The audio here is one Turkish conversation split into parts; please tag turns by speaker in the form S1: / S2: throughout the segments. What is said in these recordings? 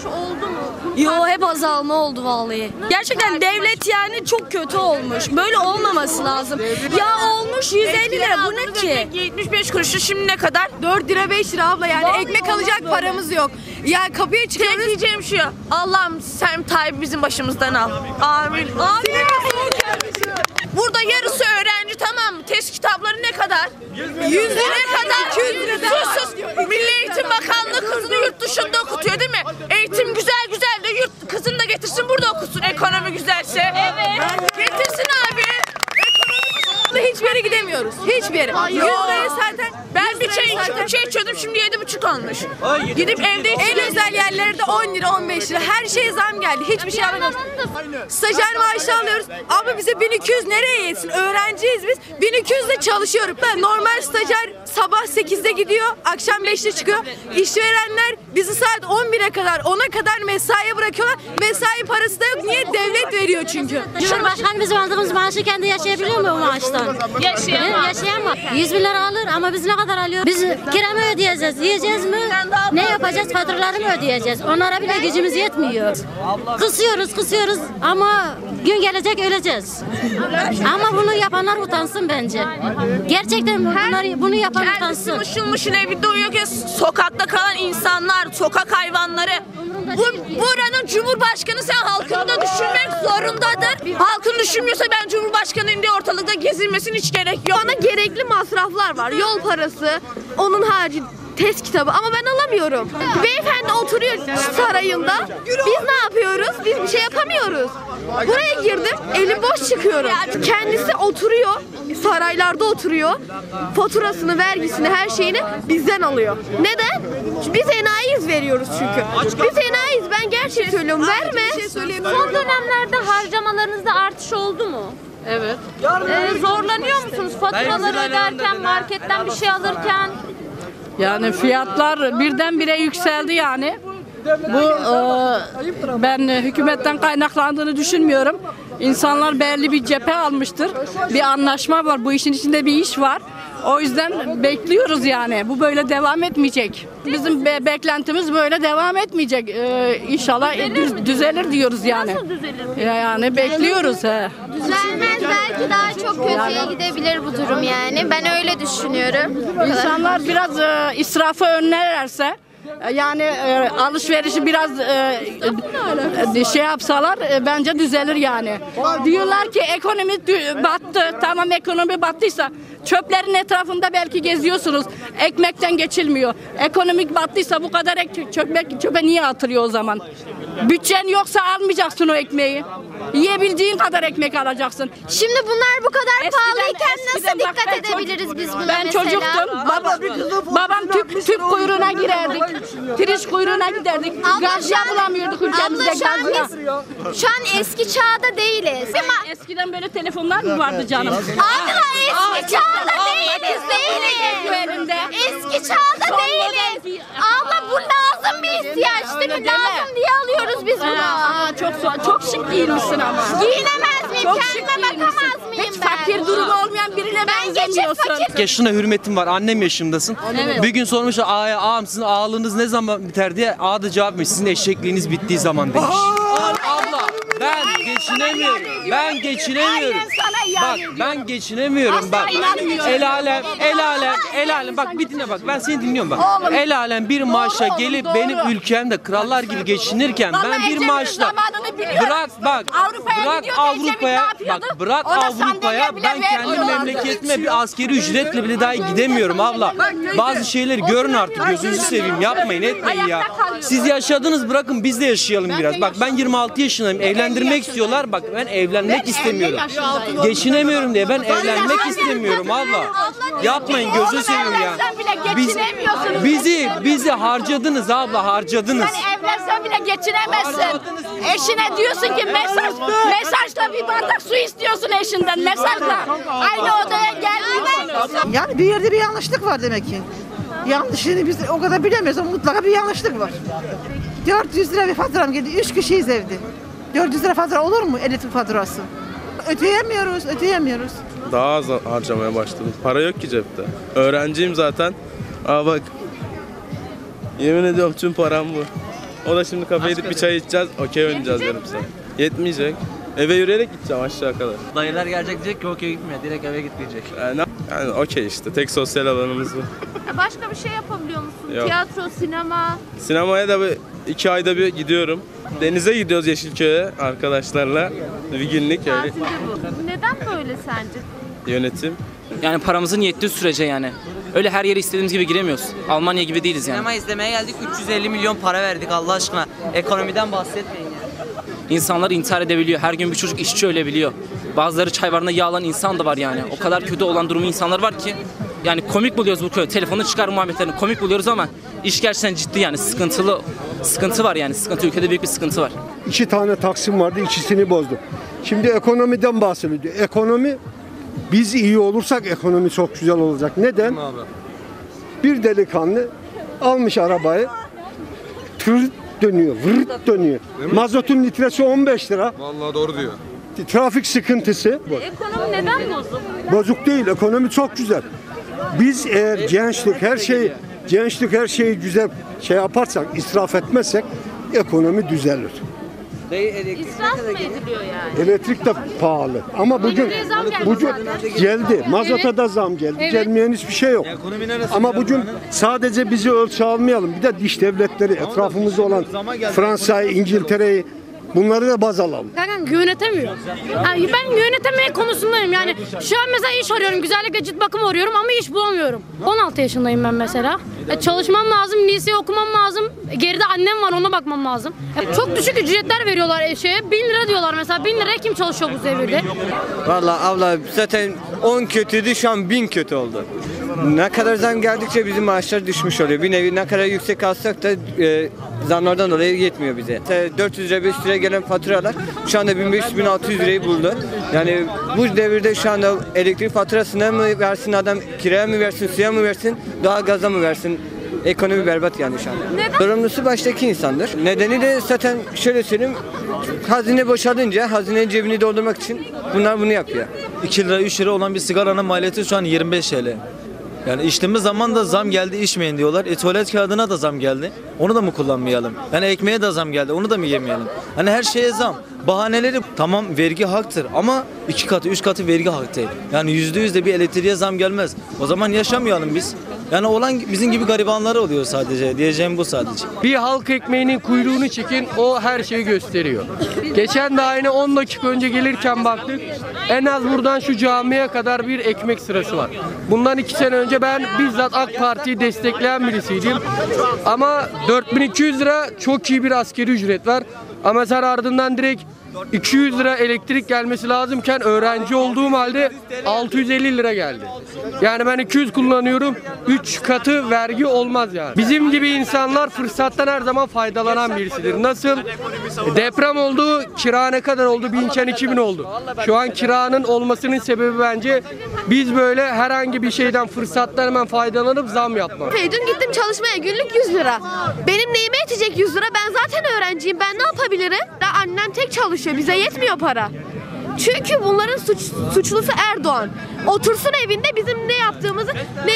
S1: oldu mu?
S2: Yo, hep azalma oldu vallahi. Gerçekten devlet yani çok kötü olmuş. Böyle olmaması lazım. Ya olmuş 150 lira, bu ne ki?
S1: 75 kuruşu şimdi ne kadar?
S3: 4 lira 5 lira abla yani
S2: Vallahi
S3: ekmek
S2: olmaz
S3: alacak
S2: böyle.
S3: paramız yok. Yani kapıya
S1: Tek
S3: çıkıyoruz.
S1: diyeceğim şu. Allah'ım sen Tayyip bizim başımızdan al. Amin. Burada yarısı öğrenci, tamam mı? Test kitapları ne kadar? 100 lira kadar. 200 lira. Sus. Milli Eğitim Bakanlığı kızını yurt dışında okutuyor değil mi? Eğitim güzel güzel de kızını da getirsin burada okusun ekonomi güzelse. Evet. Getirsin abi.
S3: Hiçbir yere gidemiyoruz. Hiçbir yere. 100 liraya zaten
S1: Ben bir çay içiyordum, şimdi 7,5 olmuş. Gidip evde
S3: en
S1: içiyorum.
S3: özel yerlerde 10 lira 15 lira. Her şeye zam geldi. Hiçbir şey alamıyoruz. Stajyer maaşı alıyoruz. Ama bize 1200 nereye yetsin? Öğrenciyiz biz. 1200 de çalışıyorum. Normal stajyer sabah 8'de gidiyor, akşam 5'te çıkıyor. İşverenler bizi saat 11'e kadar, 10'a kadar mesaiye bırakıyorlar. Mesai parası da yok. Niye? Devlet veriyor çünkü.
S4: Cumhurbaşkanı bizim aldığımız maaşı kendi yaşayabiliyor mu o maaştan? Yaşayamaz. 100 bin lira alır ama biz ne kadar alıyoruz? Biz kira mı ödeyeceğiz? Yiyeceğiz mi? Ne yapacağız? Faturaları mı ödeyeceğiz? Onlara bile gücümüz yetmiyor. Kısıyoruz ama gün gelecek öleceğiz. Ama bunu yapanlar utansın bence. Gerçekten bunu yapan
S1: Kendisi
S4: utansın.
S1: mışıl mışıl evinde uyuyorken sokakta kalan insanlar, sokak hayvanları. Buranın Cumhurbaşkanı, sen halkını da düşünmek zorundadır. Halkını düşünmüyorsa ben Cumhurbaşkanıyım diye ortalıkta gezinmesine hiç gerek yok.
S3: Bana gerekli masraflar var. Yol parası, onun harici test kitabı ama ben alamıyorum. Beyefendi oturuyor sarayında. Biz ne yapıyoruz? Biz bir şey yapamıyoruz. Buraya girdim, elim boş çıkıyorum. Kendisi oturuyor, saraylarda oturuyor. Faturasını, vergisini, her şeyini bizden alıyor. Neden? Biz enayiyiz veriyoruz çünkü. Biz enayiyiz. Ben gerçek söylüyorum. Verme.
S5: Son dönemlerde harcamalarınızda artış oldu mu?
S6: Evet.
S5: Zorlanıyor musunuz faturaları öderken, marketten bir şey alırken?
S6: Yani fiyatlar birdenbire yükseldi yani. Bu ben hükümetten kaynaklandığını düşünmüyorum. İnsanlar belli bir cephe almıştır. Bir anlaşma var. Bu işin içinde bir iş var. O yüzden bekliyoruz yani. Bu böyle devam etmeyecek. Bizim beklentimiz böyle devam etmeyecek. İnşallah düzelir diyoruz yani.
S5: Nasıl düzelir?
S6: Yani bekliyoruz. He.
S7: Düzelmez, belki daha çok kötüye gidebilir bu durum yani. Ben öyle düşünüyorum.
S6: İnsanlar biraz israfı önlerlerse, yani alışverişi biraz şey yapsalar bence düzelir yani. Diyorlar ki ekonomi battı. Tamam, ekonomi battıysa çöplerin etrafında belki geziyorsunuz. Ekmekten geçilmiyor. Ekonomik battıysa bu kadar çöpe niye atılıyor o zaman? Bütçen yoksa almayacaksın o ekmeği. Yiyebildiğin kadar ekmek alacaksın.
S7: Şimdi bunlar bu kadar pahalıyken
S6: eskiden
S7: nasıl
S6: bak,
S7: dikkat
S6: ben
S7: edebiliriz biz buna
S6: Ben
S7: mesela?
S6: çocuktum. Babam tüp kuyruğuna girerdik. Pirinç kuyruğuna giderdik. Gaz bulamıyorduk ülkemizde.
S7: Şu an eski çağda değiliz.
S6: Eskiden böyle telefonlar mı vardı canım?
S7: Abla eski çağda değiliz. Eski çağda değiliz. Abla bu lazım bir ihtiyaç değil mi? Lazım diye alıyoruz biz bunu.
S6: Çok şık giyinmişsin ama.
S7: Giyinemez miyim?
S6: Çok şık
S7: Kendime
S6: giyinmişsin.
S7: bakamaz mıyım
S6: Hiç
S7: ben?
S6: fakir durumu olmayan birine
S7: Ben geçip
S6: benzemiyorsun.
S7: fakir.
S8: Yaşına hürmetim var. Annem yaşındasın.
S6: Evet.
S8: Bir gün sormuş ağam sizin ağalığınız ne zaman biter diye. Ağa da cevap vermiş. Sizin eşekliğiniz bittiği zaman demiş. Abla ben geçinemiyorum. Ben geçinemiyorum. Bak ben geçinemiyorum. Bak el alem. Bak bir dinle bak. Ben seni dinliyorum bak. El alem bir maaşa gelip benim ülkemde krallar gibi geçinirken ben bir maaşla bırak Avrupa'ya ben kendi memleketime bir askeri ücretle bile dahi gidemiyorum abla. Bazı şeyleri görün artık, gözünüzü seveyim, yapmayın etmeyin ya. Siz yaşadınız, bırakın biz de yaşayalım biraz. Bak ben 26 yaşındayım, evlendirmek istiyorlar, bak ben evlenmek istemiyorum. Geçinemiyorum diye ben evlenmek istemiyorum abla. Yapmayın, gözünü seveyim ya. Bizi harcadınız abla, harcadınız.
S5: Evlensen bile geçinemezsin. Eşine diyorsun ki mesajla bir bardak su istiyorsun eşinden, mesajla. Aynı odaya gelmiyorsun.
S9: Yani bir yerde bir yanlışlık var demek ki. Yanlışını biz o kadar bilemiyoruz ama mutlaka bir yanlışlık var. 400 lira bir faturam geldi. 3 kişiyiz evde. 400 lira fatura olur mu elektrik faturası? Ödeyemiyoruz.
S10: Daha az harcamaya başladım. Para yok ki cepte. Öğrenciyim zaten. Aa bak. Yemin ediyorum tüm param bu. O da şimdi kafeye gidip bir çay içeceğiz, okey oynayacağız derim sana. Yetmeyecek. Eve yürüyerek gideceğim aşağı kadar.
S11: Dayılar gelecek diyecek ki okey gitmiyor. Direkt eve git diyecek.
S10: Yani okey işte. Tek sosyal alanımız bu.
S3: Başka bir şey yapabiliyor musun?
S10: Yok.
S3: Tiyatro, sinema.
S10: Sinemaya da 2 ayda bir gidiyorum. Denize gidiyoruz Yeşilköy'e arkadaşlarla. Bir günlük öyle.
S3: Tatilde bu. Neden böyle sence?
S10: Yönetim.
S12: Yani paramızın yettiği sürece yani. Öyle her yere istediğimiz gibi giremiyoruz. Almanya gibi değiliz yani.
S11: Sinema izlemeye geldik 350 milyon para verdik Allah aşkına. Ekonomiden bahsetmeyin ya.
S12: İnsanlar intihar edebiliyor. Her gün bir çocuk işçi ölebiliyor. Bazıları çay barında yağ alan insan da var yani. O kadar kötü olan durumu insanlar var ki. Yani komik buluyoruz bu köy. Telefonu çıkar muhabbetlerini komik buluyoruz ama iş gerçekten ciddi yani. Sıkıntı var yani. Ülkede büyük bir sıkıntı var.
S13: 2 tane Taksim vardı, ikisini bozdu. Şimdi ekonomiden bahsediyor. Ekonomi, biz iyi olursak ekonomi çok güzel olacak. Neden? Bir delikanlı almış arabayı, tır dönüyor, vırt dönüyor. Mazotun litresi 15 lira.
S14: Vallahi doğru diyor.
S13: Trafik sıkıntısı.
S3: Ekonomi neden bozuk?
S13: Bozuk değil, ekonomi çok güzel. Biz eğer gençlik her şeyi güzel şey yaparsak, israf etmezsek ekonomi düzelir.
S3: İsraf mı ediliyor yani?
S13: Elektrik de pahalı ama bugün geldi. Mazota da zam geldi. Gelmeyen hiçbir şey yok. Ama bugün sadece bizi ölçü almayalım. Bir de dış devletleri, etrafımızda olan Fransa'yı, İngiltere'yi, bunları da baz alalım.
S2: Yönetemiyor. Yani ben yönetemeye konusundayım. Yani şu an mesela iş arıyorum. Güzellikle cilt bakımı arıyorum ama iş bulamıyorum. 16 yaşındayım ben mesela. Çalışmam lazım, liseyi okumam lazım. Geride annem var, ona bakmam lazım. Çok düşük ücretler veriyorlar 1000 lira diyorlar mesela. 1000 liraya kim çalışıyor bu devirde?
S11: Vallahi abla zaten 10 kötüydü şu an 1000 kötü oldu. Ne kadar zam geldikçe bizim maaşlar düşmüş oluyor. Bir nevi ne kadar yüksek alsak da zamlardan dolayı yetmiyor bize. 400 lira 500 liraya gelen faturalar şu anda 1500-1600 lirayı buldu. Yani bu devirde şu anda elektrik faturasına mı versin adam, kiraya mı versin, suya mı versin, doğalgaza mı versin? Ekonomi berbat yani şu an. Sorumlusu baştaki insandır. Nedeni de zaten şöyle söyleyeyim, hazine boşalınca hazinenin cebini doldurmak için bunlar bunu yapıyor.
S15: 2 lira 3 lira olan bir sigaranın maliyeti şu an 25 TL. Yani içtiğimiz zaman da zam geldi, içmeyin diyorlar. Tuvalet kağıdına da zam geldi. Onu da mı kullanmayalım? Yani ekmeğe de zam geldi. Onu da mı yemeyelim? Hani her şeye zam. Bahaneleri tamam, vergi haktır ama 2 katı 3 katı vergi hak değil. Yani %100 de bir elektriğe zam gelmez. O zaman yaşamayalım biz. Yani olan bizim gibi garibanları oluyor sadece. Diyeceğim bu sadece.
S16: Bir halk ekmeğinin kuyruğunu çekin, o her şeyi gösteriyor. Geçen de aynı 10 dakika önce gelirken baktık. En az buradan şu camiye kadar bir ekmek sırası var. Bundan 2 sene önce ben bizzat AK Parti'yi destekleyen birisiydim. Ama 4200 lira çok iyi bir asgari ücret var. Ama sen ardından direkt 200 lira elektrik gelmesi lazımken öğrenci olduğum halde 650 lira geldi. Yani ben 200 kullanıyorum, 3 katı vergi olmaz yani. Bizim gibi insanlar fırsattan her zaman faydalanan birisidir. Nasıl? Deprem oldu, kira ne kadar oldu? 1000 iken 2000 oldu. Şu an kiranın olmasının sebebi bence biz böyle herhangi bir şeyden fırsattan hemen faydalanıp zam yapmak.
S3: Dün gittim çalışmaya, günlük 100 lira. Benim neyime yetecek 100 lira? Ben zaten öğrenciyim. Ben ne yapabilirim? Annem tek çalışıyor. Bize yetmiyor para. Çünkü bunların suçlusu Erdoğan. Otursun evinde bizim ne yaptığımızı,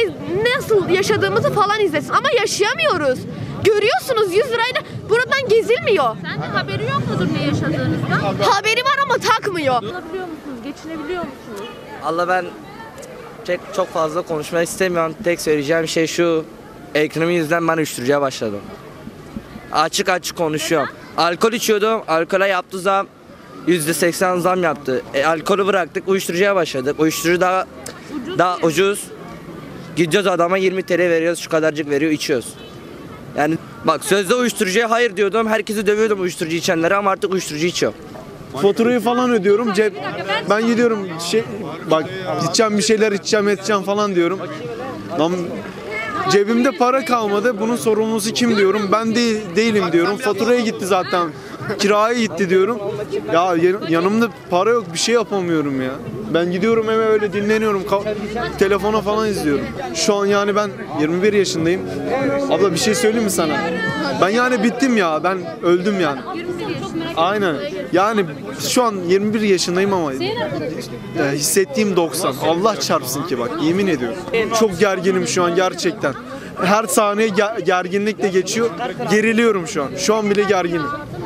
S3: nasıl yaşadığımızı falan izlesin. Ama yaşayamıyoruz. Görüyorsunuz 100 lirayla buradan gezilmiyor.
S7: Sence haberi yok mudur ne yaşadığınızdan?
S3: Haberi var ama takmıyor.
S7: Alabiliyor musunuz? Geçinebiliyor musunuz?
S11: Allah ben çok fazla konuşmak istemiyorum. Tek söyleyeceğim şey şu. Ekonomi yüzünden ben uyuşturucuya başladım. Açık konuşuyorum. Alkol içiyordum. Alkola yaptı zam. %80 zam yaptı. Alkolü bıraktık. Uyuşturucuya başladık. Uyuşturucu daha ucuz. Gidiyoruz adama 20 TL veriyoruz. Şu kadarcık veriyor, içiyoruz. Yani bak sözde uyuşturucuya hayır diyordum. Herkesi dövüyordum uyuşturucu içenlere ama artık uyuşturucu içiyorum.
S17: Faturayı falan ödüyorum. Ben gidiyorum bak gideceğim bir şeyler edeceğim falan diyorum. Lan cebimde para kalmadı. Bunun sorumlusu kim diyorum. Ben değilim diyorum. Faturaya gitti zaten. Kiraya gitti diyorum. Ya yanımda para yok, bir şey yapamıyorum ya. Ben gidiyorum eve öyle dinleniyorum. Telefona falan izliyorum. Şu an yani ben 21 yaşındayım. Abla bir şey söyleyeyim mi sana? Ben yani bittim ya. Ben öldüm yani. Aynen. Yani şu an 21 yaşındayım ama hissettiğim 90. Allah çarpsın ki bak, yemin ediyorum. Çok gerginim şu an gerçekten. Her saniye gerginlikle geçiyor. Geriliyorum şu an. Şu an bile gerginim.